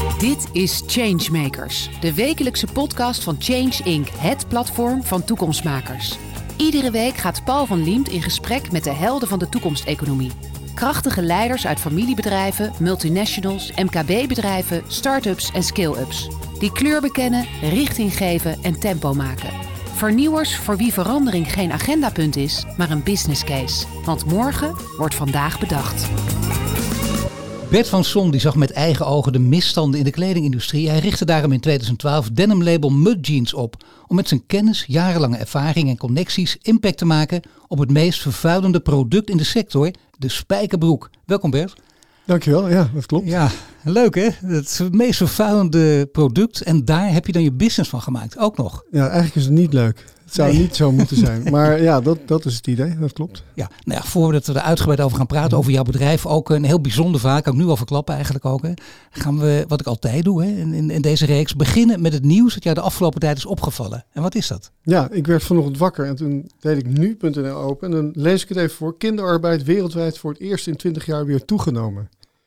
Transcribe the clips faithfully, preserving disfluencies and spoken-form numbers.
Dit is Changemakers, de wekelijkse podcast van Change Incorporated. Het platform van toekomstmakers. Iedere week gaat Paul van Liemt in gesprek met de helden van de toekomsteconomie. Krachtige leiders uit familiebedrijven, multinationals, M K B-bedrijven, start-ups en scale-ups. Die kleur bekennen, richting geven en tempo maken. Vernieuwers voor wie verandering geen agendapunt is, maar een business case. Want morgen wordt vandaag bedacht. Bert van Son die zag met eigen ogen de misstanden in de kledingindustrie. Hij richtte daarom in tweeduizend twaalf denimlabel Mud Jeans op. Om met zijn kennis, jarenlange ervaring en connecties impact te maken op het meest vervuilende product in de sector, de spijkerbroek. Welkom Bert. Dankjewel, ja, dat klopt. Ja, leuk hè? Het is het meest vervuilende product en daar heb je dan je business van gemaakt, ook nog. Ja, eigenlijk is het niet leuk. Het zou nee. niet zo moeten zijn. Maar ja, dat, dat is het idee, dat klopt. Ja, nou ja, voordat we er uitgebreid over gaan praten, over jouw bedrijf, ook een heel bijzonder verhaal, kan ik nu al verklappen eigenlijk ook. Hè. Gaan we, wat ik altijd doe hè, in, in, in deze reeks, beginnen met het nieuws dat jou de afgelopen tijd is opgevallen. En wat is dat? Ja, ik werd vanochtend wakker en toen deed ik nu punt n l open en dan lees ik het even voor. Kinderarbeid wereldwijd voor het eerst in twintig jaar weer toegenomen.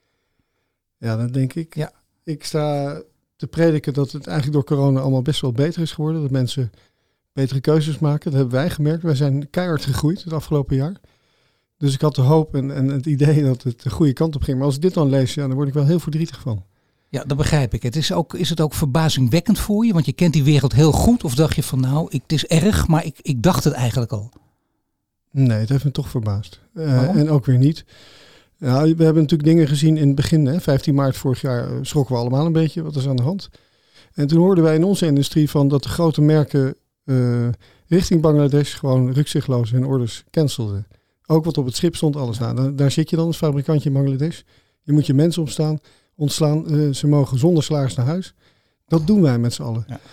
Ja, dan denk ik, ja. ik sta te prediken dat het eigenlijk door corona allemaal best wel beter is geworden. Dat mensen betere keuzes maken. Dat hebben wij gemerkt. Wij zijn keihard gegroeid het afgelopen jaar. Dus ik had de hoop en, en het idee dat het de goede kant op ging. Maar als ik dit dan lees, ja, dan word ik wel heel verdrietig van. Ja, dat begrijp ik. Het is, ook, is het ook verbazingwekkend voor je? Want je kent die wereld heel goed. Of dacht je van nou, ik, het is erg, maar ik, ik dacht het eigenlijk al? Nee, het heeft me toch verbaasd. Uh, en ook weer niet. Ja, we hebben natuurlijk dingen gezien in het begin. Hè. vijftien maart vorig jaar schrokken we allemaal een beetje. Wat is aan de hand? En toen hoorden wij in onze industrie van dat de grote merken uh, richting Bangladesh gewoon rukzichtloos hun orders cancelden. Ook wat op het schip stond, alles. Nou, daar, daar zit je dan als fabrikantje in Bangladesh. Je moet je mensen opstaan, ontslaan. Uh, ze mogen zonder salaris naar huis. Dat doen wij met z'n allen. Ja.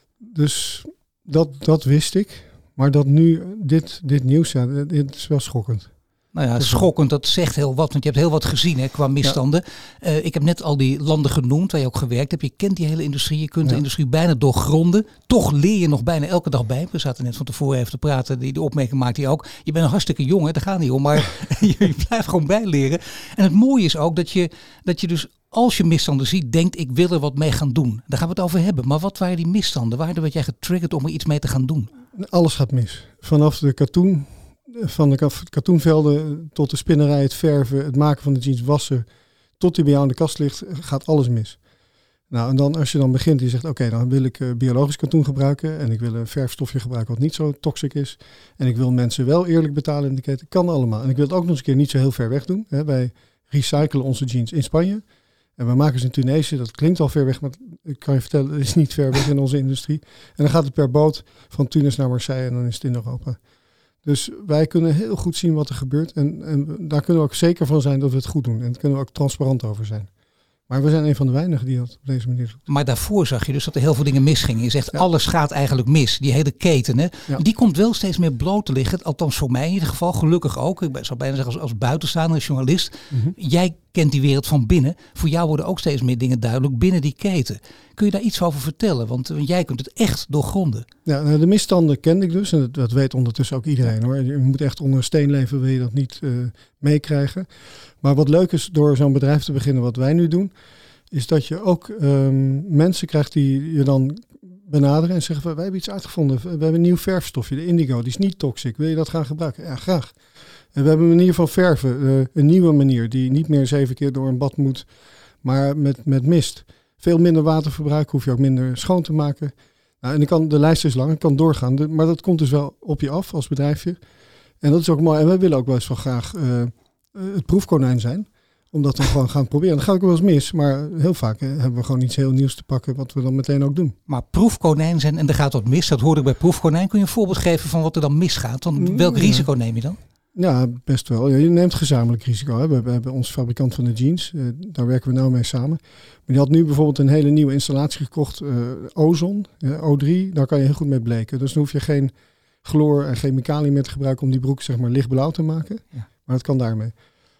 Dus dat, dat wist ik. Maar dat nu dit, dit nieuws, ja, dit is wel schokkend. Nou ja, schokkend, dat zegt heel wat, want je hebt heel wat gezien hè, qua misstanden. Ja. Uh, ik heb net al die landen genoemd waar je ook gewerkt hebt. Je kent die hele industrie, je kunt ja. de industrie bijna doorgronden. Toch leer je nog bijna elke dag bij. We zaten net van tevoren even te praten, die de opmerking maakt hij ook. Je bent een hartstikke jong, hè, daar gaat niet om, maar je, je blijft gewoon bijleren. En het mooie is ook dat je, dat je dus, als je misstanden ziet, denkt ik wil er wat mee gaan doen. Daar gaan we het over hebben. Maar wat waren die misstanden? Waar werd jij getriggerd om er iets mee te gaan doen? Alles gaat mis. Vanaf de katoen. Van de katoenvelden tot de spinnerij, het verven, het maken van de jeans, wassen, tot die bij jou in de kast ligt, gaat alles mis. Nou, en dan als je dan begint, je zegt, oké, okay, dan wil ik uh, biologisch katoen gebruiken en ik wil een verfstofje gebruiken wat niet zo toxic is. En ik wil mensen wel eerlijk betalen in de keten. Kan allemaal. En ik wil het ook nog eens een keer niet zo heel ver weg doen. Hè. Wij recyclen onze jeans in Spanje. En we maken ze in Tunesië. Dat klinkt al ver weg, maar ik kan je vertellen, het is niet ver weg in onze industrie. En dan gaat het per boot van Tunis naar Marseille en dan is het in Europa. Dus wij kunnen heel goed zien wat er gebeurt. En, en daar kunnen we ook zeker van zijn dat we het goed doen. En daar kunnen we ook transparant over zijn. Maar we zijn een van de weinigen die dat op deze manier doet. Maar daarvoor zag je dus dat er heel veel dingen misgingen. Je zegt ja. alles gaat eigenlijk mis. Die hele keten, hè? Ja. Die komt wel steeds meer bloot te liggen. Althans voor mij in ieder geval. Gelukkig ook. Ik zou bijna zeggen als, als buitenstaander, als journalist. Mm-hmm. Jij kent die wereld van binnen. Voor jou worden ook steeds meer dingen duidelijk binnen die keten. Kun je daar iets over vertellen? Want, want jij kunt het echt doorgronden. Ja, nou, de misstanden kende ik dus. En dat, dat weet ondertussen ook iedereen hoor. Je moet echt onder een steen leven, wil je dat niet uh, meekrijgen. Maar wat leuk is door zo'n bedrijf te beginnen wat wij nu doen, is dat je ook um, mensen krijgt die je dan benaderen en zeggen, wij hebben iets uitgevonden. We hebben een nieuw verfstofje, de indigo, die is niet toxic. Wil je dat gaan gebruiken? Ja, graag. En we hebben een manier van verven, uh, een nieuwe manier die niet meer zeven keer door een bad moet, maar met, met mist. Veel minder waterverbruik, hoef je ook minder schoon te maken. Nou, en dan kan, de lijst is lang, ik kan doorgaan. De, maar dat komt dus wel op je af als bedrijfje. En dat is ook mooi. En wij willen ook wel eens wel graag uh, het proefkonijn zijn. Omdat we gewoon gaan proberen. Dan gaat het wel eens mis. Maar heel vaak hè, hebben we gewoon iets heel nieuws te pakken. Wat we dan meteen ook doen. Maar proefkonijn zijn en er gaat wat mis. Dat hoorde ik bij proefkonijn. Kun je een voorbeeld geven van wat er dan misgaat? Want welk ja. risico neem je dan? Ja, best wel. Je neemt gezamenlijk risico. Hè. We, we hebben onze fabrikant van de jeans. Uh, daar werken we nou mee samen. Maar die had nu bijvoorbeeld een hele nieuwe installatie gekocht. Uh, ozon, uh, O drie. Daar kan je heel goed mee bleken. Dus dan hoef je geen chloor en chemicaliën meer te gebruiken om die broek zeg maar lichtblauw te maken. Ja. Maar dat kan daarmee.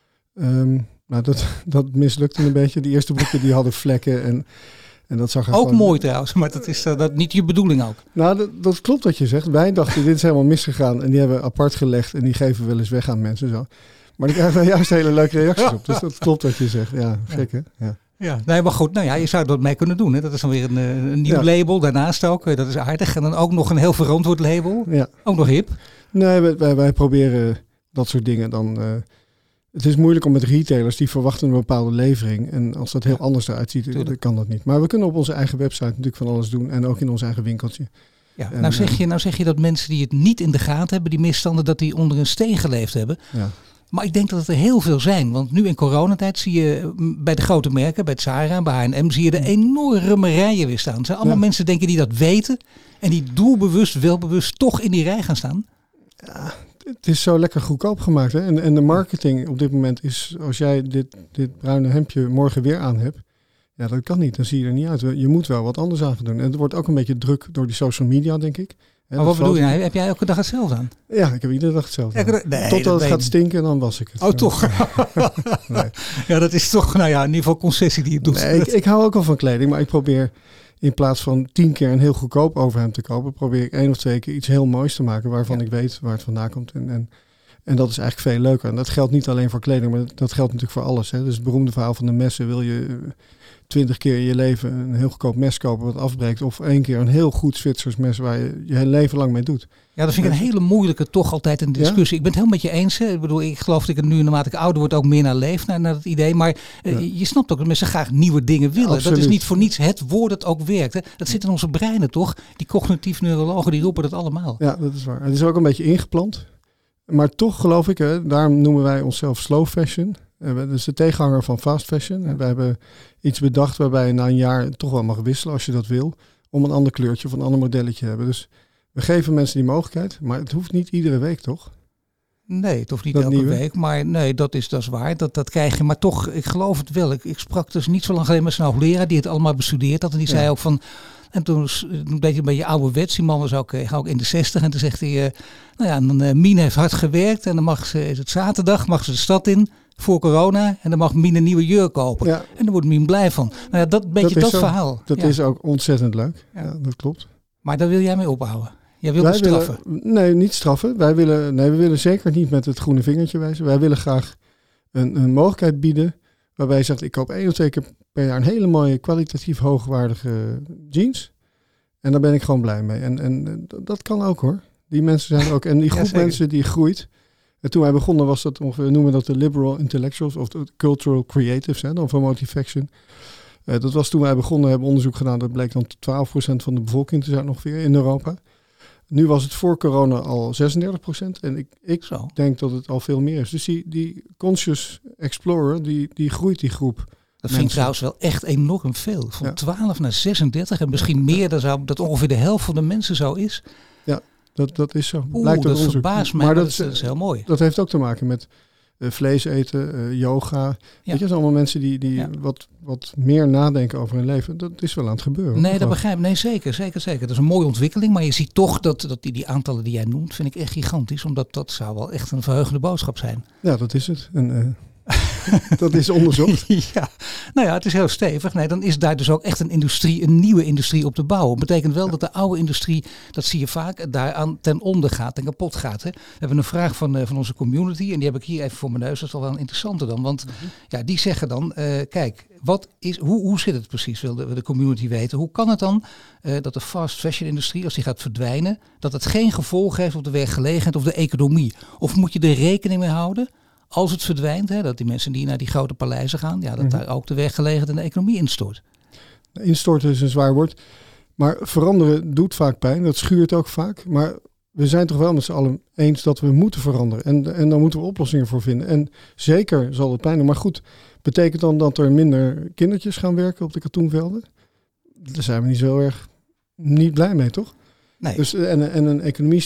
Um, nou, dat, dat mislukte een beetje. Die eerste broeken die hadden vlekken en... En dat zag er ook gewoon... mooi trouwens, maar dat is uh, dat niet je bedoeling ook. Nou, dat, dat klopt wat je zegt. Wij dachten, dit is helemaal misgegaan. En die hebben we apart gelegd en die geven we wel eens weg aan mensen. Zo. Maar daar krijgen we juist hele leuke reacties op. Dus dat klopt wat je zegt. Ja, gek hè? Ja. Ja, nee, maar goed, nou ja, je zou dat mee kunnen doen. Hè? Dat is dan weer een, een nieuw ja. label, daarnaast ook. Dat is aardig. En dan ook nog een heel verantwoord label. Ja. Ook nog hip. Nee, wij, wij, wij proberen dat soort dingen dan... Uh, het is moeilijk om met retailers, die verwachten een bepaalde levering. En als dat heel ja. anders eruit ziet, dan kan dat niet. Maar we kunnen op onze eigen website natuurlijk van alles doen. En ook in ons eigen winkeltje. Ja, en, nou, zeg je, nou zeg je dat mensen die het niet in de gaten hebben, die misstanden, dat die onder een steen geleefd hebben. Ja. Maar ik denk dat het er heel veel zijn. Want nu in coronatijd zie je bij de grote merken, bij Zara, bij H en M, zie je de enorme rijen weer staan. Het zijn allemaal ja. mensen denken die dat weten en die doelbewust, welbewust toch in die rij gaan staan. Ja, het is zo lekker goedkoop gemaakt. Hè? En, en de marketing op dit moment is, als jij dit, dit bruine hemdje morgen weer aan hebt, ja, dat kan niet. Dan zie je er niet uit. Je moet wel wat anders aan gaan doen. En het wordt ook een beetje druk door die social media, denk ik. Maar wat bedoel je nou? Heb jij elke dag hetzelfde aan? Ja, ik heb iedere dag hetzelfde aan. Nee, Totdat het gaat stinken en dan was ik het. Oh, toch? Nee. Ja, dat is toch, nou ja, in ieder geval concessie die je doet. Nee, ik, ik hou ook al van kleding, maar ik probeer in plaats van tien keer een heel goedkoop overhemd te kopen, probeer ik één of twee keer iets heel moois te maken waarvan ja. ik weet waar het vandaan komt. En, en, en dat is eigenlijk veel leuker. En dat geldt niet alleen voor kleding, maar dat geldt natuurlijk voor alles. Hè. Dus het beroemde verhaal van de messen. Wil je twintig keer in je leven een heel goedkoop mes kopen wat afbreekt, of één keer een heel goed Zwitsers mes waar je je hele leven lang mee doet. Ja, dat vind ik een hele moeilijke toch altijd een discussie. Ja? Ik ben het helemaal met je eens. Hè. Ik bedoel, ik geloof dat ik er nu naarmate ik ouder word ook meer naar leef, naar, naar dat idee. Maar uh, ja. je snapt ook dat mensen graag nieuwe dingen willen. Absoluut. Dat is niet voor niets het woord dat ook werkt. Hè. Dat zit in onze breinen toch? Die cognitief neurologen die roepen dat allemaal. Ja, dat is waar. Het is ook een beetje ingeplant. Maar toch geloof ik, hè, daarom noemen wij onszelf slow fashion. Dat is de tegenhanger van fast fashion. En we hebben iets bedacht waarbij je na een jaar toch wel mag wisselen als je dat wil. Om een ander kleurtje of een ander modelletje te hebben. Dus we geven mensen die mogelijkheid. Maar het hoeft niet iedere week, toch? Nee, het hoeft niet dat elke nieuwe. week. Maar nee, dat is, dat is waar. Dat, dat krijg je. Maar toch, ik geloof het wel. Ik, ik sprak dus niet zo lang geleden met zijn hoogleraar die het allemaal bestudeerd had. En die ja. zei ook van... En toen een beetje een beetje ouderwets. Die man was ook, ook in de zestig. En toen zegt hij... Uh, nou ja, dan, uh, Mien heeft hard gewerkt. En dan mag ze, is het zaterdag, mag ze de stad in... voor corona. En dan mag Mien een nieuwe jurk kopen. Ja. En daar wordt Mien blij van. Nou ja, dat beetje dat, dat zo, verhaal. Dat ja. is ook ontzettend leuk. Ja. Ja, dat klopt. Maar daar wil jij mee ophouden? Jij wil straffen? Willen, nee, niet straffen. Wij willen, nee, we willen zeker niet met het groene vingertje wijzen. Wij willen graag een, een mogelijkheid bieden... waarbij je zegt, ik koop één of twee keer per jaar... een hele mooie, kwalitatief hoogwaardige jeans... En daar ben ik gewoon blij mee. En, en dat kan ook hoor. Die mensen zijn er ook. En die groep ja, mensen die groeit. En toen wij begonnen was dat ongeveer, we noemen dat de liberal intellectuals of de cultural creatives, hè, dan van Motivation. Uh, dat was toen wij begonnen, hebben onderzoek gedaan. Dat bleek dan twaalf procent van de bevolking te zijn ongeveer in Europa. Nu was het voor corona al zesendertig procent. En ik, ik denk dat het al veel meer is. Dus die, die conscious explorer, die, die groeit die groep. Dat vind ik trouwens wel echt enorm veel. Van ja. twaalf naar zesendertig en misschien meer. Dan zou dat ongeveer de helft van de mensen zo is. Ja, dat, dat is zo. Oeh, Blijkt dat verbaast mij, maar dat, dat, is heel mooi. Dat heeft ook te maken met uh, vlees eten, uh, yoga. Ja. Weet je, dat zijn allemaal mensen die, die ja. wat, wat meer nadenken over hun leven. Dat is wel aan het gebeuren. Nee, dat begrijp ik. Nee, zeker, zeker, zeker. Dat is een mooie ontwikkeling. Maar je ziet toch dat, dat die, die aantallen die jij noemt, vind ik echt gigantisch. Omdat dat zou wel echt een verheugende boodschap zijn. Ja, dat is het. En, uh, dat is onderzocht. Ja, nou ja, het is heel stevig. Nee, dan is daar dus ook echt een industrie, een nieuwe industrie op te bouwen. Dat betekent wel ja. dat de oude industrie, dat zie je vaak, daaraan ten onder gaat en kapot gaat. Hè. We hebben een vraag van, uh, van onze community en die heb ik hier even voor mijn neus. Dat is wel wel een interessante dan. Want mm-hmm. ja, die zeggen dan, uh, kijk, wat is, hoe, hoe zit het precies, wil de, de community weten. Hoe kan het dan uh, dat de fast fashion industrie, als die gaat verdwijnen, dat het geen gevolg heeft op de werkgelegenheid of de economie? Of moet je er rekening mee houden? Als het verdwijnt, hè, dat die mensen die naar die grote paleizen gaan, ja, dat mm-hmm. daar ook de werkgelegenheid en de economie instort. Instorten is een zwaar woord. Maar veranderen doet vaak pijn. Dat schuurt ook vaak. Maar we zijn toch wel met z'n allen eens dat we moeten veranderen. En, en daar moeten we oplossingen voor vinden. En zeker zal het pijn doen. Maar goed, betekent dan dat er minder kindertjes gaan werken op de katoenvelden? Daar zijn we niet zo erg niet blij mee, toch? Nee. Dus, en, en een economie...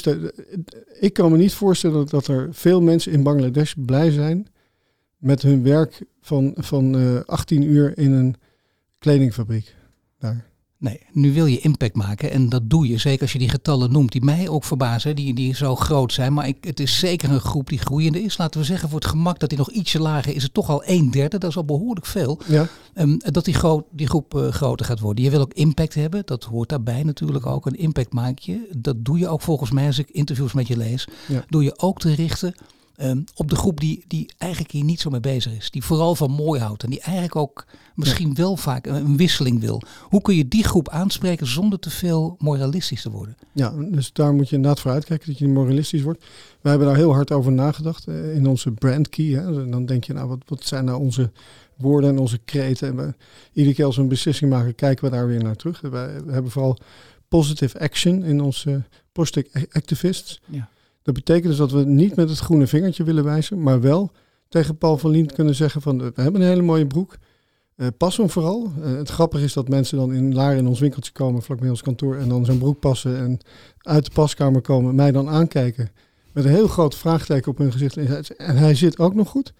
Ik kan me niet voorstellen dat er veel mensen in Bangladesh blij zijn met hun werk van, van uh, achttien uur in een kledingfabriek daar. Nee, nu wil je impact maken en dat doe je. Zeker als je die getallen noemt die mij ook verbazen, die, die zo groot zijn. Maar ik, het is zeker een groep die groeiende is. Laten we zeggen voor het gemak dat die nog ietsje lager is. Het toch al een derde, dat is al behoorlijk veel. Ja. Um, dat die, groot, die groep uh, groter gaat worden. Je wil ook impact hebben, dat hoort daarbij natuurlijk ook. Een impact maak je. Dat doe je ook volgens mij als ik interviews met je lees. Ja. Doe je ook te richten Um, op de groep die, die eigenlijk hier niet zo mee bezig is. Die vooral van mooi houdt. En die eigenlijk ook misschien ja. wel vaak een, een wisseling wil. Hoe kun je die groep aanspreken zonder te veel moralistisch te worden? Ja, dus daar moet je inderdaad voor uitkijken dat je moralistisch wordt. We hebben daar heel hard over nagedacht uh, in onze brand key. Hè. En dan denk je, nou wat, wat zijn nou onze woorden en onze kreten. En we, iedere keer als we een beslissing maken, kijken we daar weer naar terug. We, we hebben vooral positive action in onze positive activists. Ja. Dat betekent dus dat we niet met het groene vingertje willen wijzen, maar wel tegen Paul van Liemt kunnen zeggen van, we hebben een hele mooie broek. Uh, pas hem vooral. Uh, het grappige is dat mensen dan in Laren in ons winkeltje komen, vlakbij ons kantoor, en dan zo'n broek passen en uit de paskamer komen, mij dan aankijken. Met een heel groot vraagteken op hun gezicht. En hij zit ook nog goed.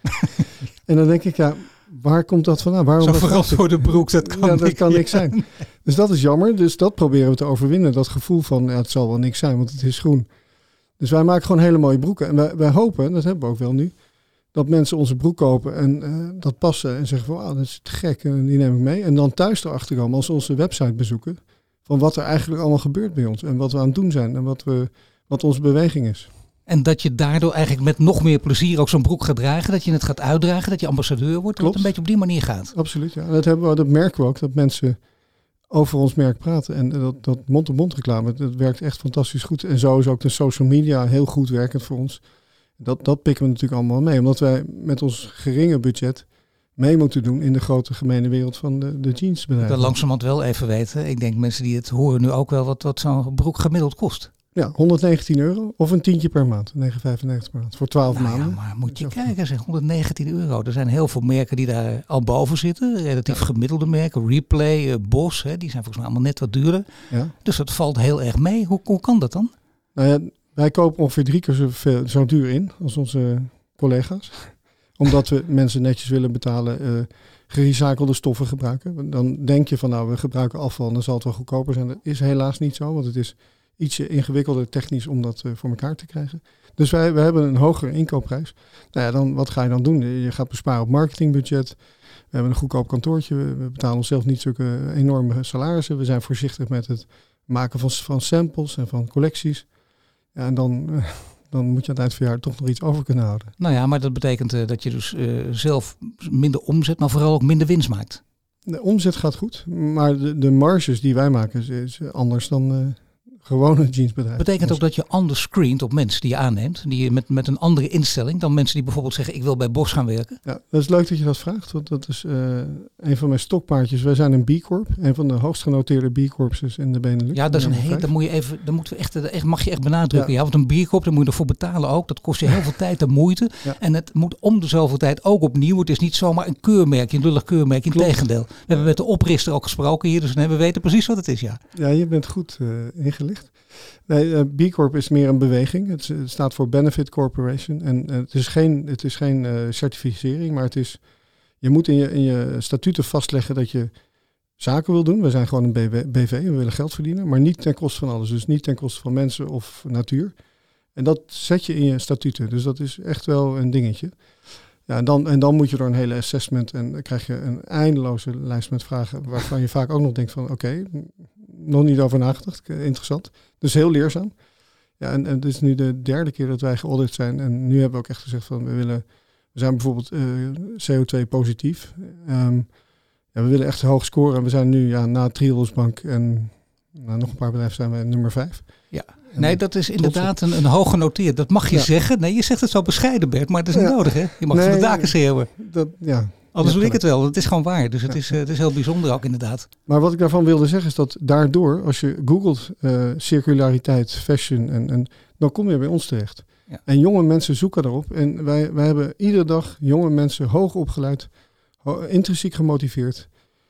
En dan denk ik, ja, waar komt dat vandaan? Waarom Zo verantwoorde broek, dat kan, ja, dat kan niks zijn. Dus dat is jammer. Dus dat proberen we te overwinnen. Dat gevoel van, ja, het zal wel niks zijn, want het is groen. Dus wij maken gewoon hele mooie broeken. En wij, wij hopen, dat hebben we ook wel nu, dat mensen onze broek kopen en uh, dat passen. En zeggen van, wauw, dat is te gek. En die neem ik mee. En dan thuis erachter komen, als ze onze website bezoeken, van wat er eigenlijk allemaal gebeurt bij ons. En wat we aan het doen zijn. En wat, we, wat onze beweging is. En dat je daardoor eigenlijk met nog meer plezier ook zo'n broek gaat dragen. Dat je het gaat uitdragen, dat je ambassadeur wordt. Dat het een beetje op die manier gaat. Absoluut, ja. Dat, hebben we, dat merken we ook, dat mensen over ons merk praten. En dat, dat mond-to-mond reclame, dat werkt echt fantastisch goed. En zo is ook de social media heel goed werkend voor ons. Dat, dat pikken we natuurlijk allemaal mee. Omdat wij met ons geringe budget mee moeten doen in de grote gemene wereld van de, de jeansbedrijven. Dat langzamerhand wel even weten. Ik denk mensen die het horen nu ook wel wat, wat zo'n broek gemiddeld kost. Ja, honderdnegentien euro of een tientje per maand. negen vijfennegentig per maand voor twaalf nou maanden. Ja, maar moet je kijken, zeg, honderdnegentien euro. Er zijn heel veel merken die daar al boven zitten. Relatief ja. gemiddelde merken. Replay, uh, Bos, hè, die zijn volgens mij allemaal net wat duurder. Ja. Dus dat valt heel erg mee. Hoe, hoe kan dat dan? Nou ja, wij kopen ongeveer drie keer zo, veel, zo duur in als onze collega's. Omdat we mensen netjes willen betalen, uh, gerecyclede stoffen gebruiken. Dan denk je van, nou, we gebruiken afval en dan zal het wel goedkoper zijn. Dat is helaas niet zo, want het is ietsje ingewikkelder technisch om dat uh, voor elkaar te krijgen. Dus wij, wij hebben een hogere inkoopprijs. Nou ja, dan, wat ga je dan doen? Je gaat besparen op marketingbudget. We hebben een goedkoop kantoortje. We, we betalen onszelf niet zulke enorme salarissen. We zijn voorzichtig met het maken van, van samples en van collecties. Ja, en dan, uh, dan moet je aan het eind van het jaar toch nog iets over kunnen houden. Nou ja, maar dat betekent uh, dat je dus uh, zelf minder omzet, maar vooral ook minder winst maakt. De omzet gaat goed, maar de, de marges die wij maken is, is anders dan Uh, gewoon een jeansbedrijf. Betekent ook dat je anders screent op mensen die je aanneemt. Die je met, met een andere instelling dan mensen die bijvoorbeeld zeggen, ik wil bij Bosch gaan werken. Ja, dat is leuk dat je dat vraagt. Want dat is uh, een van mijn stokpaardjes. Wij zijn een B Corp. Een van de hoogst genoteerde B Corps in de Benelux. Ja, dat is een heel, dan moet je even, dan moeten we echt, echt, mag je echt benadrukken. Ja. Ja, want een B Corp, daar moet je ervoor betalen ook. Dat kost je heel veel tijd en moeite. Ja. En het moet om de zoveel tijd ook opnieuw. Het is niet zomaar een keurmerk, een lullig keurmerk. Integendeel. We hebben met de oprichter ook gesproken hier. Dus nee, we weten precies wat het is, ja. Ja, je bent goed uh, ingelicht. Nee, uh, B Corp is meer een beweging. Het, het staat voor Benefit Corporation. En uh, het is geen, het is geen uh, certificering, maar het is, je moet in je, in je statuten vastleggen dat je zaken wil doen. We zijn gewoon een B V, we willen geld verdienen, maar niet ten koste van alles. Dus niet ten koste van mensen of natuur. En dat zet je in je statuten. Dus dat is echt wel een dingetje. Ja, en, dan, en dan moet je door een hele assessment en dan krijg je een eindeloze lijst met vragen waarvan je vaak ook nog denkt van oké, okay, nog niet over nagedacht, interessant. Dus heel leerzaam. Ja, en, en het is nu de derde keer dat wij geaudit zijn en nu hebben we ook echt gezegd van we willen, we zijn bijvoorbeeld uh, C O twee positief. Um, ja, we willen echt hoog scoren en we zijn nu ja, na Triodos Bank en nou, nog een paar bedrijven zijn we nummer vijf. Ja. Nee, dat is inderdaad een, een hoog genoteerd. Dat mag je ja. zeggen. Nee, je zegt het zo bescheiden, Bert, maar het is niet ja. nodig, hè? Je mag nee, van de daken schreeuwen. Dat, ja. Anders doe ik het wel. Het is gewoon waar. Dus het, ja. is, uh, het is heel bijzonder ook inderdaad. Maar wat ik daarvan wilde zeggen is dat daardoor, als je googelt uh, circulariteit, fashion, en, en dan kom je bij ons terecht. Ja. En jonge mensen zoeken erop. En wij, wij hebben iedere dag jonge mensen hoog opgeleid, ho- intrinsiek gemotiveerd,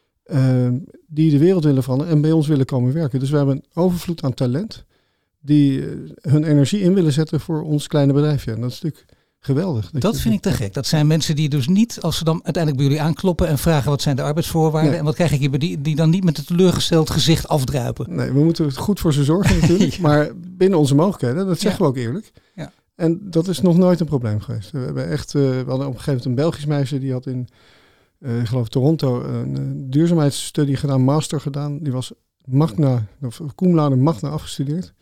uh, die de wereld willen veranderen en bij ons willen komen werken. Dus we hebben een overvloed aan talent die hun energie in willen zetten voor ons kleine bedrijfje. En dat is natuurlijk geweldig. Dat, dat vind ik te gek. Dat zijn mensen die dus niet, als ze dan uiteindelijk bij jullie aankloppen en vragen wat zijn de arbeidsvoorwaarden nee. en wat krijg ik hier, die, die dan niet met een teleurgesteld gezicht afdruipen. Nee, we moeten goed voor ze zorgen natuurlijk. ja. Maar binnen onze mogelijkheden, dat zeggen ja. we ook eerlijk. Ja. En dat is nog nooit een probleem geweest. We hebben echt, uh, we hadden op een gegeven moment een Belgisch meisje die had in, uh, ik geloof Toronto, een, een duurzaamheidsstudie gedaan, master gedaan. Die was magna, of cum laude magna afgestudeerd.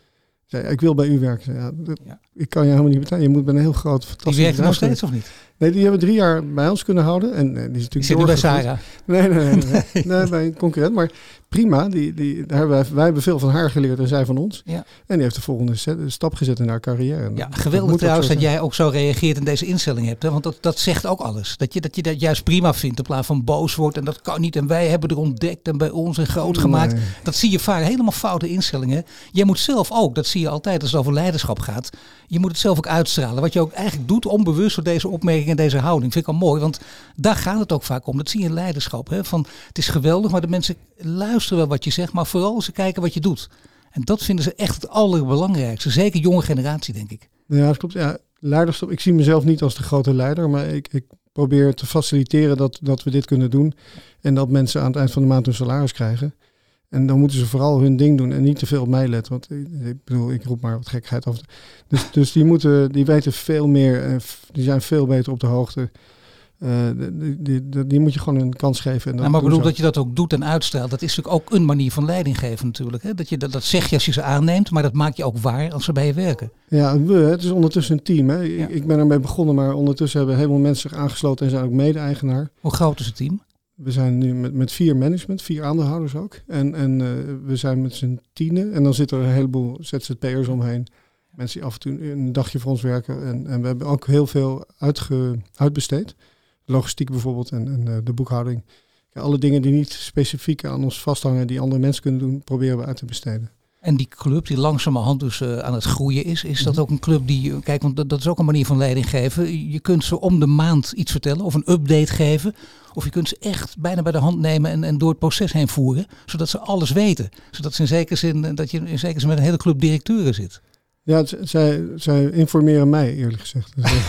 Zei, ik wil bij u werken. Ja, dat, Ja. Ik kan je helemaal niet betalen. Je moet bij een heel groot, fantastisch Die werkt er nog bedrijf steeds of niet? Nee, die hebben drie jaar bij ons kunnen houden. En, en die is Die natuurlijk zit nu bij doorgegroeid. Sarah. Nee, nee, nee, nee, nee. nee, bij een concurrent. Maar prima, die, die, daar hebben wij, wij hebben veel van haar geleerd en zij van ons. Ja. En die heeft de volgende set, stap gezet in haar carrière. En Ja, dat geweldig moet trouwens ook dat zo zijn. jij ook zo reageert en deze instelling hebt. Hè? Want dat, dat zegt ook alles. Dat je, dat je dat juist prima vindt in plaats van boos wordt. En dat kan niet. En wij hebben er ontdekt en bij ons en groot gemaakt. Nee. Dat zie je vaak. Helemaal foute instellingen. Jij moet zelf ook, dat zie je altijd als het over leiderschap gaat. Je moet het zelf ook uitstralen. Wat je ook eigenlijk doet onbewust door deze opmerking en deze houding. Vind ik al mooi. Want daar gaat het ook vaak om. Dat zie je in leiderschap. Hè? Van, het is geweldig, maar de mensen luisteren wel wat je zegt. Maar vooral ze kijken wat je doet. En dat vinden ze echt het allerbelangrijkste. Zeker jonge generatie, denk ik. Ja, dat klopt. Ja, leiderschap. Ik zie mezelf niet als de grote leider, maar ik, ik probeer te faciliteren dat, dat we dit kunnen doen. En dat mensen aan het eind van de maand hun salaris krijgen. En dan moeten ze vooral hun ding doen en niet te veel op mij letten. Want ik, ik bedoel, ik roep maar wat gekheid af. Dus, dus die, moeten, die weten veel meer, en die zijn veel beter op de hoogte. Uh, die, die, die, die moet je gewoon een kans geven. En dat Ja, maar ik bedoel doen ze dat je dat ook doet en uitstraalt. Dat is natuurlijk ook een manier van leiding geven natuurlijk. Hè? Dat, je, dat, dat zeg je als je ze aanneemt, maar dat maak je ook waar als ze bij je werken. Ja, we, het is ondertussen een team. Hè. Ja. Ik, ik ben ermee begonnen, maar ondertussen hebben heel veel mensen zich aangesloten en zijn ook mede-eigenaar. Hoe groot is het team? We zijn nu met, met vier management, vier aandeelhouders ook. En, en uh, we zijn met z'n tienen. En dan zitten er een heleboel Z Z P'ers omheen. Mensen die af en toe een dagje voor ons werken. En, en we hebben ook heel veel uitge, uitbesteed. Logistiek bijvoorbeeld en, en uh, de boekhouding. Ja, alle dingen die niet specifiek aan ons vasthangen, die andere mensen kunnen doen, proberen we uit te besteden. En die club die langzamerhand dus uh, aan het groeien is, is dat ook een club die, kijk, want dat, dat is ook een manier van leiding geven. Je kunt ze om de maand iets vertellen of een update geven. Of je kunt ze echt bijna bij de hand nemen en, en door het proces heen voeren. Zodat ze alles weten. Zodat ze in zekere zin, dat je in zekere zin met een hele club directeuren zit. Ja, het, zij, zij informeren mij eerlijk gezegd. Dus, uh,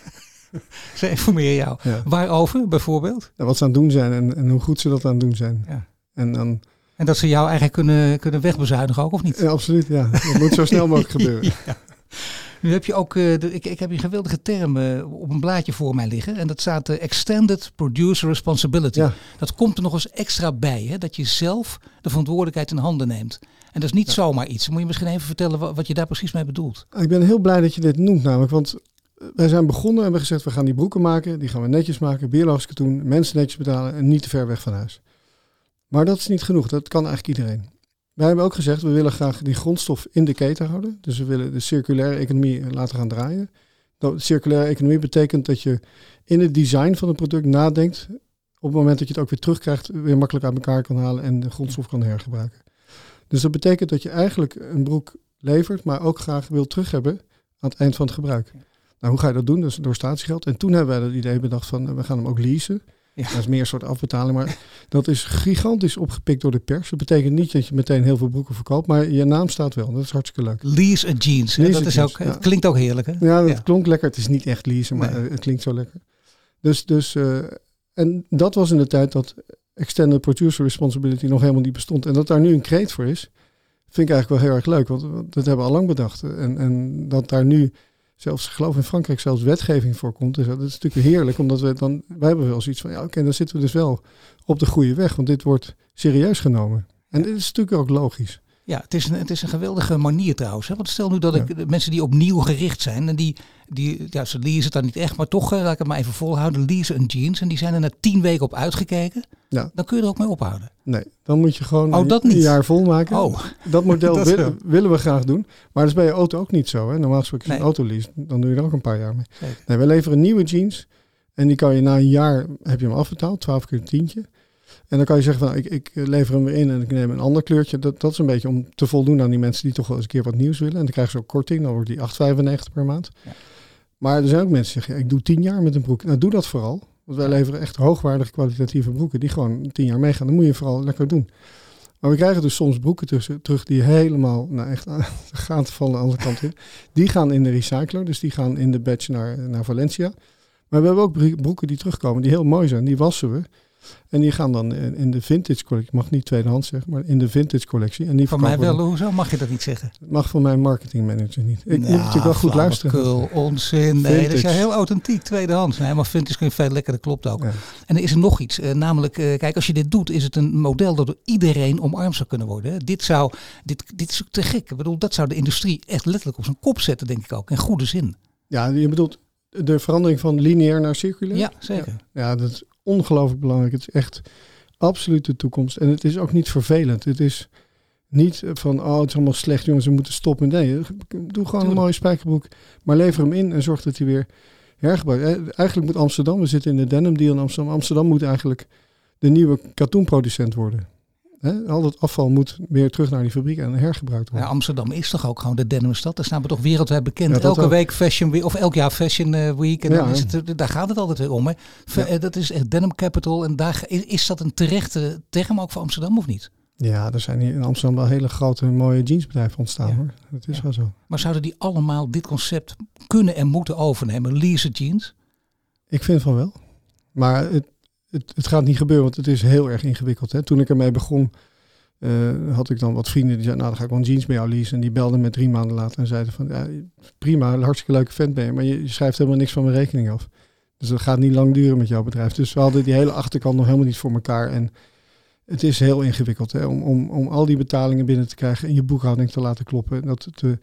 Ze informeren jou. Ja. Waarover bijvoorbeeld? Ja, wat ze aan het doen zijn en, en hoe goed ze dat aan het doen zijn. Ja. En dan... En dat ze jou eigenlijk kunnen, kunnen wegbezuinigen ook, of niet? Ja, absoluut, ja. Dat moet zo snel mogelijk gebeuren. Ja. Nu heb je ook, uh, de, ik, ik heb hier een geweldige term uh, op een blaadje voor mij liggen. En dat staat uh, Extended Producer Responsibility. Ja. Dat komt er nog eens extra bij, hè? Dat je zelf de verantwoordelijkheid in handen neemt. En dat is niet ja. zomaar iets. Moet je misschien even vertellen wat, wat je daar precies mee bedoelt? Ik ben heel blij dat je dit noemt namelijk, want wij zijn begonnen en hebben gezegd, we gaan die broeken maken, die gaan we netjes maken, biologisch katoen, mensen netjes betalen en niet te ver weg van huis. Maar dat is niet genoeg, dat kan eigenlijk iedereen. Wij hebben ook gezegd, we willen graag die grondstof in de keten houden. Dus we willen de circulaire economie laten gaan draaien. De circulaire economie betekent dat je in het design van het product nadenkt. Op het moment dat je het ook weer terugkrijgt, weer makkelijk uit elkaar kan halen en de grondstof kan hergebruiken. Dus dat betekent dat je eigenlijk een broek levert, maar ook graag wil terug hebben aan het eind van het gebruik. Nou, hoe ga je dat doen? Dat is door statiegeld. En toen hebben wij het idee bedacht van, we gaan hem ook leasen. Ja. Dat is meer een soort afbetaling, maar dat is gigantisch opgepikt door de pers. Dat betekent niet dat je meteen heel veel broeken verkoopt, maar je naam staat wel. Dat is hartstikke leuk. Lease a jeans. Lease dat a is jeans, ook, ja. Het klinkt ook heerlijk, hè? Ja, dat ja. klonk lekker. Het is niet echt leasen, maar nee. Het klinkt zo lekker. Dus, dus uh, en dat was in de tijd dat Extended Producer Responsibility nog helemaal niet bestond. En dat daar nu een kreet voor is, vind ik eigenlijk wel heel erg leuk, want dat hebben we al lang bedacht. En, en dat daar nu zelfs, ik geloof in Frankrijk, zelfs wetgeving voor komt. Dus dat is natuurlijk heerlijk, omdat we dan, wij hebben wel zoiets van, ja oké, okay, dan zitten we dus wel op de goede weg, want dit wordt serieus genomen. En dit is natuurlijk ook logisch. Ja, het is een, het is een geweldige manier trouwens. Hè? Want stel nu dat ik ja. mensen die opnieuw gericht zijn en die, die ja, ze leasen het dan niet echt, maar toch, laat ik het maar even volhouden, leasen een jeans en die zijn er na tien weken op uitgekeken. Ja. Dan kun je er ook mee ophouden. Nee, dan moet je gewoon oh, dat een, niet. een jaar volmaken. Oh. Dat model dat wil, willen we graag doen. Maar dat is bij je auto ook niet zo. Hè? Normaal gesproken als je nee. een auto lease, dan doe je er ook een paar jaar mee. Zeker. Nee, we leveren nieuwe jeans en die kan je na een jaar, heb je hem afbetaald, twaalf keer een tientje. En dan kan je zeggen van, nou, ik, ik lever hem weer in en ik neem een ander kleurtje. Dat, dat is een beetje om te voldoen aan die mensen die toch wel eens een keer wat nieuws willen. En dan krijgen ze ook korting, dan wordt die acht vijfennegentig per maand. Ja. Maar er zijn ook mensen die zeggen, ja, ik doe tien jaar met een broek. Nou, doe dat vooral. Want wij leveren echt hoogwaardige kwalitatieve broeken die gewoon tien jaar meegaan. Dan moet je vooral lekker doen. Maar we krijgen dus soms broeken tussen, terug die helemaal, nou echt, gaat van de andere kant in. Die gaan in de recycler, dus die gaan in de batch naar, naar Valencia. Maar we hebben ook broeken die terugkomen, die heel mooi zijn. Die wassen we. En die gaan dan in, in de vintage collectie. Ik mag niet tweedehands zeggen, maar in de vintage collectie. En die van mij wel, hoezo mag je dat niet zeggen? Het mag van mijn marketingmanager niet. Ik nou, moet natuurlijk wel goed luisteren. Kul, onzin. Nee, dat is ja heel authentiek, tweedehands. Nee, maar vintage kun je veel lekker, dat klopt ook. Ja. En er is er nog iets. Uh, namelijk, uh, kijk, als je dit doet, is het een model dat door iedereen omarmd zou kunnen worden. Hè. Dit zou, dit, dit is te gek. Ik bedoel, dat zou de industrie echt letterlijk op zijn kop zetten, denk ik ook. In goede zin. Ja, je bedoelt de verandering van lineair naar circulair? Ja, zeker. Ja, ja, dat is ongelooflijk belangrijk. Het is echt absoluut de toekomst. En het is ook niet vervelend. Het is niet van, oh, het is allemaal slecht, jongens, we moeten stoppen. Nee, doe gewoon Tuurlijk. een mooie spijkerbroek, maar lever hem in en zorg dat hij weer hergebruikt. Eigenlijk moet Amsterdam, we zitten in de denim deal in Amsterdam. Amsterdam moet eigenlijk de nieuwe katoenproducent worden. He, al dat afval moet weer terug naar die fabriek en hergebruikt worden. Ja, Amsterdam is toch ook gewoon de denimstad? Dat is namelijk toch wereldwijd bekend. Ja, elke ook. week Fashion Week of elk jaar Fashion Week. En ja, dan is het, daar gaat het altijd weer om. Hè. Ja. Dat is echt Denim Capital. En daar is, is dat een terechte term ook voor Amsterdam of niet? Ja, er zijn hier in Amsterdam wel hele grote mooie jeansbedrijven ontstaan. Ja. Hoor. Dat is ja. wel zo. Maar zouden die allemaal dit concept kunnen en moeten overnemen? Lease jeans? Ik vind van wel. Maar het, het, het gaat niet gebeuren, want het is heel erg ingewikkeld. Hè. Toen ik ermee begon, Uh, had ik dan wat vrienden die zeiden, nou dan ga ik wel een jeans bij jou leasen. En die belden me drie maanden later en zeiden van, ja, prima, een hartstikke leuke vent ben je, maar je, je schrijft helemaal niks van mijn rekening af. Dus dat gaat niet lang duren met jouw bedrijf. Dus we hadden die hele achterkant nog helemaal niet voor elkaar. En het is heel ingewikkeld hè, om, om, om al die betalingen binnen te krijgen en je boekhouding te laten kloppen. Dat te,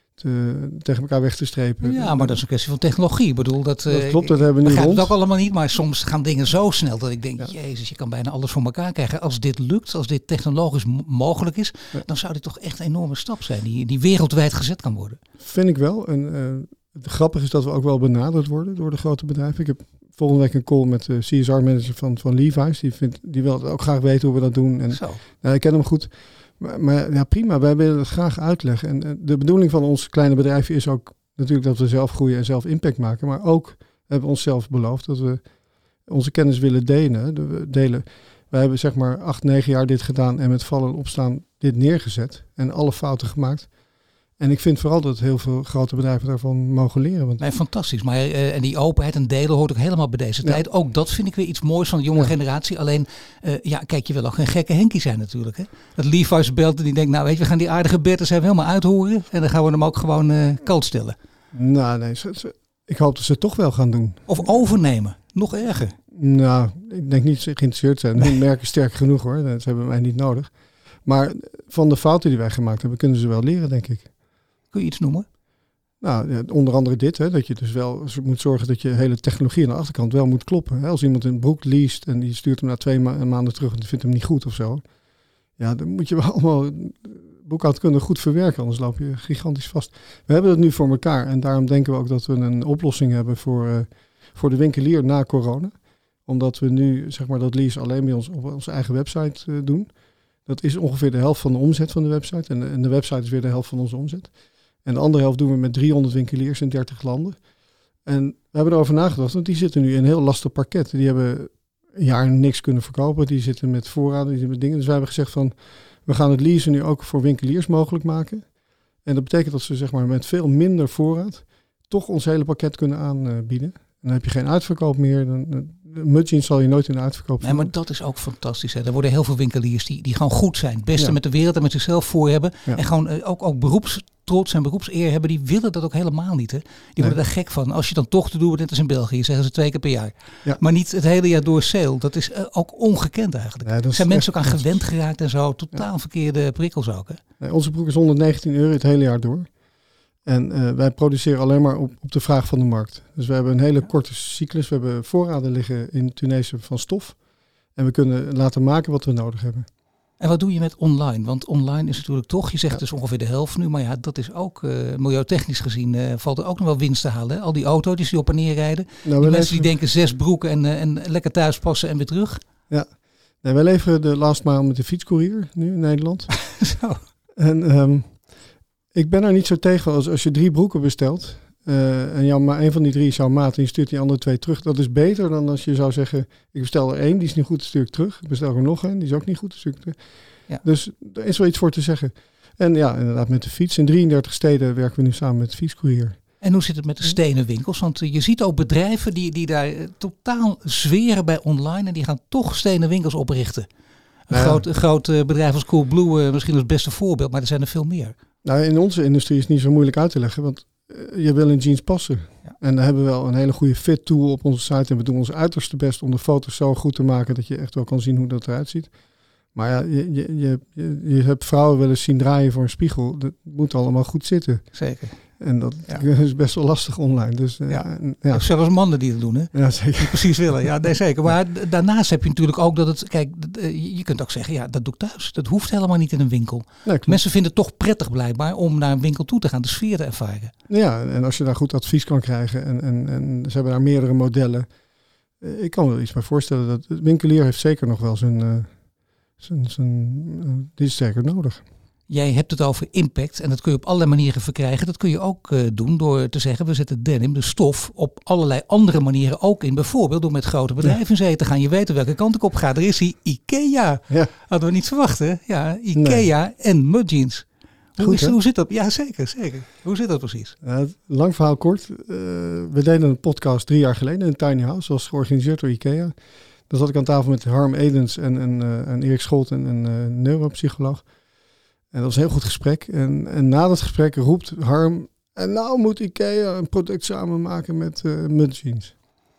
te, tegen elkaar weg te strepen. Ja, maar dat is een kwestie van technologie. Ik bedoel, dat, dat klopt, dat hebben we nu rond. Dat ook allemaal niet, maar soms gaan dingen zo snel dat ik denk, ja. Jezus, je kan bijna alles voor elkaar krijgen. Als dit lukt, als dit technologisch m- mogelijk is, ja. dan zou dit toch echt een enorme stap zijn die, die wereldwijd gezet kan worden. Vind ik wel. En uh, het grappige is dat we ook wel benaderd worden door de grote bedrijven. Ik heb volgende week een call met de C S R-manager van, van Levi's. Die, vindt, die wil ook graag weten hoe we dat doen. En, zo. Uh, ik ken hem goed. Maar, maar ja, prima, wij willen het graag uitleggen. En uh, de bedoeling van ons kleine bedrijfje is ook natuurlijk dat we zelf groeien en zelf impact maken. Maar ook hebben we onszelf beloofd dat we onze kennis willen delen. De, delen. Wij hebben zeg maar acht, negen jaar dit gedaan en met vallen en opstaan dit neergezet. En alle fouten gemaakt. En ik vind vooral dat heel veel grote bedrijven daarvan mogen leren. Want nee, fantastisch. Maar uh, en die openheid en delen hoort ook helemaal bij deze ja. tijd. Ook dat vind ik weer iets moois van de jonge ja. generatie. Alleen, uh, ja, kijk, je wil ook geen gekke Henkie zijn natuurlijk. Hè? Dat Levi's belt en die denkt, nou weet je, we gaan die aardige Bertens even helemaal uithoren. En dan gaan we hem ook gewoon uh, koud stellen. Nou, nee, ze, ze, ik hoop dat ze het toch wel gaan doen. Of overnemen. Nog erger. Nou, ik denk niet dat ze geïnteresseerd zijn. Hun merken sterk genoeg hoor. Dat hebben wij niet nodig. Maar van de fouten die wij gemaakt hebben, kunnen ze wel leren, denk ik. Kun je iets noemen? Nou, ja, onder andere dit, hè, dat je dus wel moet zorgen dat je hele technologie aan de achterkant wel moet kloppen. Hè. Als iemand een broek leest en die stuurt hem na twee ma- maanden terug en die vindt hem niet goed of zo. Ja, dan moet je wel allemaal boekhoudkundig goed verwerken, anders loop je gigantisch vast. We hebben dat nu voor elkaar en daarom denken we ook dat we een oplossing hebben voor, uh, voor de winkelier na corona. Omdat we nu, zeg maar, dat lease alleen bij ons op onze eigen website uh, doen. Dat is ongeveer de helft van de omzet van de website en de, en de website is weer de helft van onze omzet. En de andere helft doen we met driehonderd winkeliers in dertig landen. En we hebben erover nagedacht, want die zitten nu in een heel lastig parket. Die hebben een jaar niks kunnen verkopen. Die zitten met voorraden, die zitten met dingen. Dus wij hebben gezegd van, we gaan het leasen nu ook voor winkeliers mogelijk maken. En dat betekent dat ze zeg maar met veel minder voorraad toch ons hele pakket kunnen aanbieden. En dan heb je geen uitverkoop meer. Dan, Mudjeans zal je nooit in de uitverkoop vinden. Nee, maar dat is ook fantastisch. Hè. Er worden heel veel winkeliers die, die gewoon goed zijn. Het beste ja. met de wereld en met zichzelf voor hebben. Ja. En gewoon uh, ook, ook beroepstrots en beroepseer hebben. Die willen dat ook helemaal niet. Hè. Die nee. worden daar gek van. Als je dan toch te doen, net als in België, zeggen ze twee keer per jaar. Ja. Maar niet het hele jaar door sale. Dat is uh, ook ongekend eigenlijk. Er ja, zijn mensen ook aan gewend geraakt en zo. Totaal ja. verkeerde prikkels ook. Hè. Nee, onze broek is honderdnegentien euro het hele jaar door. En uh, wij produceren alleen maar op, op de vraag van de markt. Dus we hebben een hele ja. korte cyclus. We hebben voorraden liggen in Tunesië van stof. En we kunnen laten maken wat we nodig hebben. En wat doe je met online? Want online is natuurlijk toch, je zegt ja. dus ongeveer de helft nu. Maar ja, dat is ook uh, milieutechnisch gezien uh, valt er ook nog wel winst te halen. Hè? Al die autootjes die op en neer rijden. Nou, die mensen leveren... die denken zes broeken en, uh, en lekker thuis passen en weer terug. Ja, nee, wij leveren de last mile met de fietscourier nu in Nederland. Zo. En... Um, ik ben er niet zo tegen als, als je drie broeken bestelt uh, en jou, maar een van die drie is jouw maat en je stuurt die andere twee terug. Dat is beter dan als je zou zeggen, ik bestel er één, die is niet goed, dan stuur ik terug. Ik bestel er nog één, die is ook niet goed, dan stuur ik terug. Ja. Dus er is wel iets voor te zeggen. En ja, inderdaad met de fiets. In drieëndertig steden werken we nu samen met de fietscourier. En hoe zit het met de stenen winkels? Want uh, je ziet ook bedrijven die, die daar uh, totaal zweren bij online en die gaan toch stenen winkels oprichten. Een nou ja. groot, een groot uh, bedrijf als Coolblue uh, misschien als het beste voorbeeld, maar er zijn er veel meer. Nou, in onze industrie is het niet zo moeilijk uit te leggen, want uh, je wil in jeans passen. Ja. En daar hebben we wel een hele goede fit tool op onze site en we doen ons uiterste best om de foto's zo goed te maken dat je echt wel kan zien hoe dat eruit ziet. Maar ja, je, je, je, je, je hebt vrouwen wel eens zien draaien voor een spiegel. Dat moet allemaal goed zitten. Zeker. En dat ja. is best wel lastig online. Dus, uh, ja. ja. Zelfs mannen die dat doen, hè? Ja, zeker. Die precies willen. Ja, nee, zeker. Maar daarnaast heb je natuurlijk ook dat het... Kijk, je kunt ook zeggen, ja, dat doe ik thuis. Dat hoeft helemaal niet in een winkel. Nee, mensen vinden het toch prettig blijkbaar om naar een winkel toe te gaan, de sfeer te ervaren. Ja, en als je daar goed advies kan krijgen en, en, en ze hebben daar meerdere modellen. Ik kan me er iets bij voorstellen dat de winkelier heeft zeker nog wel zijn... Uh, zijn, zijn uh, dit is zeker nodig. Jij hebt het over impact en dat kun je op allerlei manieren verkrijgen. Dat kun je ook uh, doen door te zeggen, we zetten denim, de stof, op allerlei andere manieren ook in. Bijvoorbeeld door met grote bedrijven in zee te gaan. Je weet welke kant ik op ga. Er is die IKEA. Ja. Hadden we niet verwacht, hè? Ja, IKEA nee. en Mudjeans. Hoe, Goed, is, hoe zit dat? Ja, zeker, zeker. Hoe zit dat precies? Uh, lang verhaal kort. Uh, we deden een podcast drie jaar geleden in Tiny House. Dat was georganiseerd door IKEA. Daar zat ik aan tafel met Harm Edens en, en, uh, en Erik Scholten, een uh, neuropsycholoog. En dat was een heel goed gesprek. En, en na dat gesprek roept Harm... En nou moet IKEA een product samen maken met uh, Mudjeans.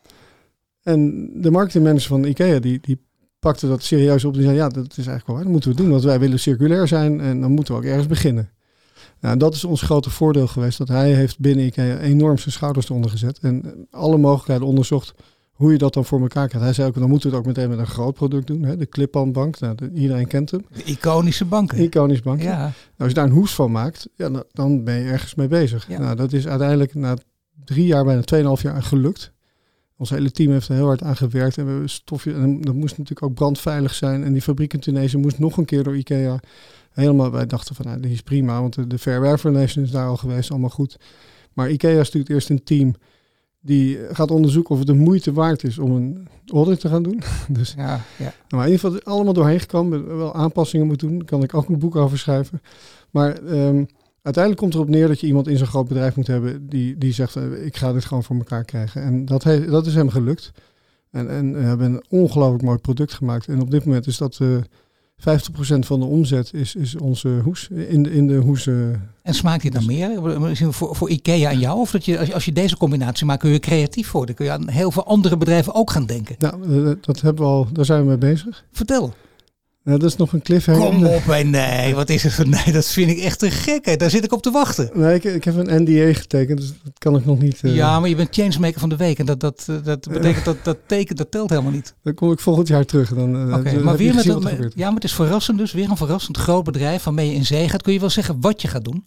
En de marketingmanager van IKEA die, die pakte dat serieus op. Die zei, ja, dat is eigenlijk wel waar. Dat moeten we doen, want wij willen circulair zijn. En dan moeten we ook ergens beginnen. Nou, en dat is ons grote voordeel geweest. Dat hij heeft binnen IKEA enorm zijn schouders eronder gezet. En alle mogelijkheden onderzocht hoe je dat dan voor elkaar krijgt. Hij zei ook, dan moeten we het ook meteen met een groot product doen. Hè? De Clip-on bank, nou, de, iedereen kent hem. De iconische banken. Iconische bank. Ja. Nou, als je daar een hoes van maakt, ja, dan, dan ben je ergens mee bezig. Ja. Nou, dat is uiteindelijk na drie jaar, bijna tweeënhalf jaar gelukt. Ons hele team heeft er heel hard aan gewerkt. En we hebben stofje, en dat moest natuurlijk ook brandveilig zijn. En die fabriek in Tunesië moest nog een keer door IKEA. Helemaal, wij dachten van, nou, die is prima. Want de, de Fair Wear Foundation is daar al geweest, allemaal goed. Maar IKEA stuurt eerst een team die gaat onderzoeken of het de moeite waard is om een audit te gaan doen. Dus, ja, ja. Nou, in ieder geval allemaal doorheen gekomen. Wel aanpassingen moeten doen. Daar kan ik ook een boek over schrijven. Maar um, uiteindelijk komt erop neer dat je iemand in zo'n groot bedrijf moet hebben die, die zegt, uh, ik ga dit gewoon voor elkaar krijgen. En dat, he, dat is hem gelukt. En, en we hebben een ongelooflijk mooi product gemaakt. En op dit moment is dat uh, vijftig procent van de omzet is, is onze hoes. In de, in de hoes. Uh, en smaakt dit dan meer? Voor, voor IKEA en jou? Of dat je, als, je, als je deze combinatie maakt, kun je creatief worden. Kun je aan heel veel andere bedrijven ook gaan denken. Nou, dat hebben we al, daar zijn we mee bezig. Vertel. Nou, dat is nog een cliffhanger. Kom op, hey, nee, wat is het? Nee, dat vind ik echt te gek. Hè. Daar zit ik op te wachten. Nee, ik, ik heb een N D A getekend, dus dat kan ik nog niet. Uh... Ja, maar je bent changemaker van de week en dat, dat, dat betekent dat dat teken, dat telt helemaal niet. Dan kom ik volgend jaar terug. Dan, uh, okay, dan maar weer met een, met, ja, maar het is verrassend dus. Weer een verrassend groot bedrijf waarmee je in zee gaat. Kun je wel zeggen wat je gaat doen?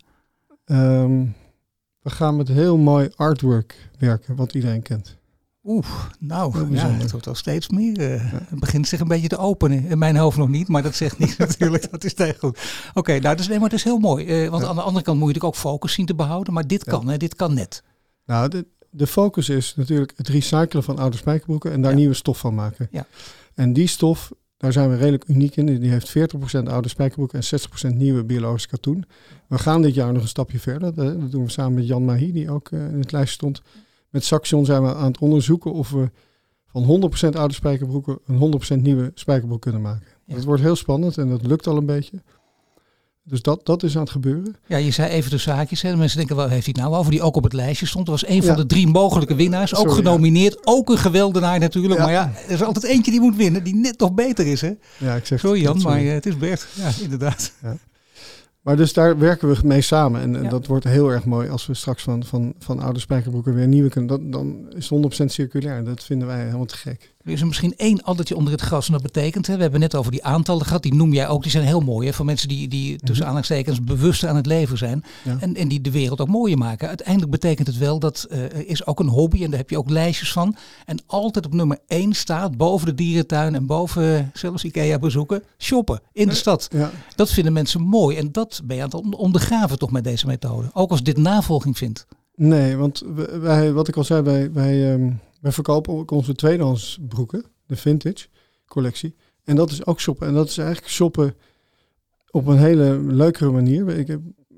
Um, we gaan met heel mooi artwork werken, wat iedereen kent. Oeh, nou, ja, het wordt wel steeds meer. Uh, ja. Het begint zich een beetje te openen. In mijn hoofd nog niet, maar dat zegt niet natuurlijk. Dat is tegen goed. Oké, okay, nou, dus, nee, maar het is heel mooi. Uh, want ja. aan de andere kant moet je natuurlijk ook focus zien te behouden. Maar dit kan, ja. hè, dit kan net. Nou, de, de focus is natuurlijk het recyclen van oude spijkerbroeken en daar ja. nieuwe stof van maken. Ja. En die stof, daar zijn we redelijk uniek in. Die heeft veertig procent oude spijkerbroeken en zestig procent nieuwe biologische katoen. We gaan dit jaar nog een stapje verder. Dat doen we samen met Jan Mahi, die ook uh, in het lijstje stond. Met Saxion zijn we aan het onderzoeken of we van honderd procent oude spijkerbroeken een honderd procent nieuwe spijkerbroek kunnen maken. Ja. Dat wordt heel spannend en dat lukt al een beetje. Dus dat, dat is aan het gebeuren. Ja, je zei even de zaakjes. Hè. De mensen denken, wat heeft hij nou over? Die ook op het lijstje stond. Dat was een ja. van de drie mogelijke winnaars. Ook Sorry, genomineerd. Ja. Ook een geweldenaar natuurlijk. Ja. Maar ja, er is altijd eentje die moet winnen. Die net nog beter is. Hè? Ja, ik zeg Sorry Jan, sorry. maar uh, het is Bert. Ja, inderdaad. Ja. Maar dus daar werken we mee samen. En, en ja. dat wordt heel erg mooi als we straks van, van, van oude spijkerbroeken weer nieuwe kunnen. Dat, dan is het honderd procent circulair. Dat vinden wij helemaal te gek. Er is er misschien één addertje onder het gras. En dat betekent, hè, we hebben net over die aantallen gehad. Die noem jij ook. Die zijn heel mooi. Hè, voor mensen die, die tussen mm-hmm. aanhalingstekens bewust aan het leven zijn. Ja. En, en die de wereld ook mooier maken. Uiteindelijk betekent het wel dat uh, er is ook een hobby. En daar heb je ook lijstjes van. En altijd op nummer één staat. Boven de dierentuin en boven uh, zelfs IKEA bezoeken. Shoppen in de stad. Ja. Dat vinden mensen mooi. En dat ben je aan het ondergraven toch met deze methode. Ook als dit navolging vindt. Nee, want wij, wat ik al zei, wij, wij, um, wij verkopen ook onze tweedehands broeken, de vintage collectie. En dat is ook shoppen. En dat is eigenlijk shoppen op een hele leukere manier. Ik heb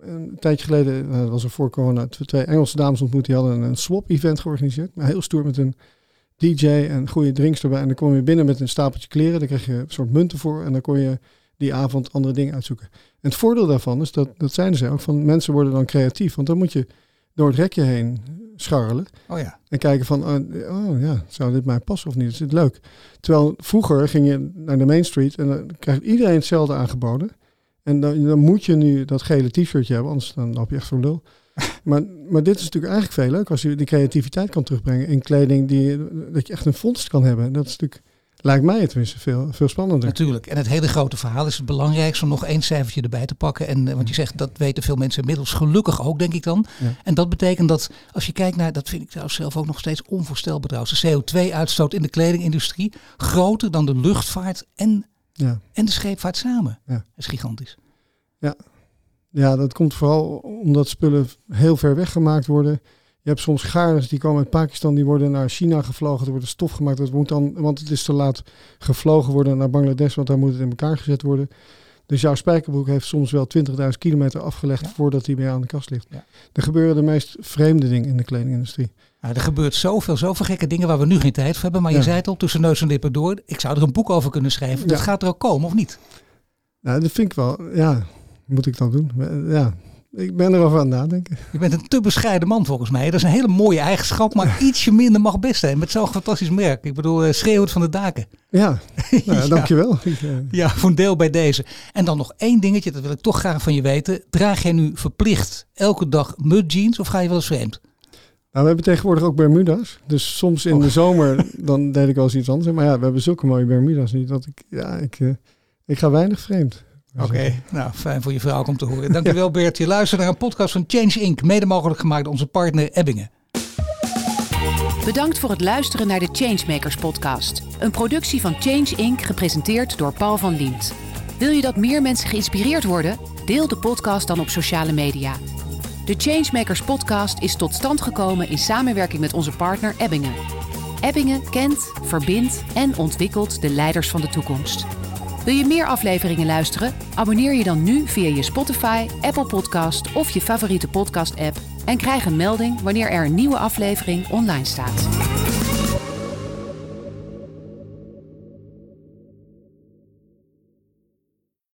een tijdje geleden, nou, dat was er voor corona, twee Engelse dames ontmoet. Die hadden een swap-event georganiseerd. Maar heel stoer met een D J en goede drinks erbij. En dan kom je binnen met een stapeltje kleren. Daar kreeg je een soort munten voor. En dan kon je die avond andere dingen uitzoeken. En het voordeel daarvan is, dat, dat zeiden ze ook, van mensen worden dan creatief. Want dan moet je door het rekje heen scharrelen. Oh ja. En kijken van, oh ja, zou dit mij passen of niet? Is dit leuk? Terwijl vroeger ging je naar de Main Street en dan krijgt iedereen hetzelfde aangeboden. En dan, dan moet je nu dat gele t-shirtje hebben, anders dan loop je echt voor lul. Maar, maar dit is natuurlijk eigenlijk veel leuk als je die creativiteit kan terugbrengen in kleding, die, dat je echt een vondst kan hebben. Dat is natuurlijk, lijkt mij het tenminste veel, veel spannender. Natuurlijk. En het hele grote verhaal is het belangrijkste om nog één cijfertje erbij te pakken. En want je zegt, dat weten veel mensen inmiddels gelukkig ook, denk ik dan. Ja. En dat betekent dat als je kijkt naar, dat vind ik trouwens zelf ook nog steeds onvoorstelbaar trouwens, de C O twee uitstoot in de kledingindustrie groter dan de luchtvaart en, ja. en de scheepvaart samen. Ja. Dat is gigantisch. Ja. Ja, dat komt vooral omdat spullen heel ver weg gemaakt worden. Je hebt soms garens die komen uit Pakistan, die worden naar China gevlogen, er wordt stof gemaakt. Dat moet dan, want het is te laat gevlogen worden naar Bangladesh, want daar moet het in elkaar gezet worden. Dus jouw spijkerbroek heeft soms wel twintigduizend kilometer afgelegd ja. voordat hij bij jou aan de kast ligt. Ja. Er gebeuren de meest vreemde dingen in de kledingindustrie. Nou, er gebeurt zoveel, zoveel gekke dingen waar we nu geen tijd voor hebben. Maar ja. je zei het al, tussen neus en lippen door. Ik zou er een boek over kunnen schrijven. Ja. Dat gaat er ook komen, of niet? Nou, dat vind ik wel, ja... Moet ik dan doen? Ja, ik ben er wel van aan het nadenken. Je bent een te bescheiden man volgens mij. Dat is een hele mooie eigenschap, maar ietsje minder mag best zijn. Met zo'n fantastisch merk. Ik bedoel, schreeuw het van de daken. Ja, nou, ja. dankjewel. Ja, voor een deel bij deze. En dan nog één dingetje, dat wil ik toch graag van je weten. Draag jij nu verplicht elke dag mudjeans of ga je wel eens vreemd? Nou, we hebben tegenwoordig ook Bermuda's. Dus soms in oh. de zomer, dan deed ik wel eens iets anders. Maar ja, we hebben zulke mooie Bermuda's niet. Dat ik, ja, ik, uh, ik ga weinig vreemd. Oké, okay, nou fijn voor je vrouw om te horen. Dankjewel ja. Bert. Je luistert naar een podcast van Change Incorporated. Mede mogelijk gemaakt door onze partner Ebbingen. Bedankt voor het luisteren naar de Changemakers podcast. Een productie van Change Incorporated gepresenteerd door Paul van Liemt. Wil je dat meer mensen geïnspireerd worden? Deel de podcast dan op sociale media. De Changemakers podcast is tot stand gekomen in samenwerking met onze partner Ebbingen. Ebbingen kent, verbindt en ontwikkelt de leiders van de toekomst. Wil je meer afleveringen luisteren? Abonneer je dan nu via je Spotify, Apple Podcast of je favoriete podcast-app en krijg een melding wanneer er een nieuwe aflevering online staat.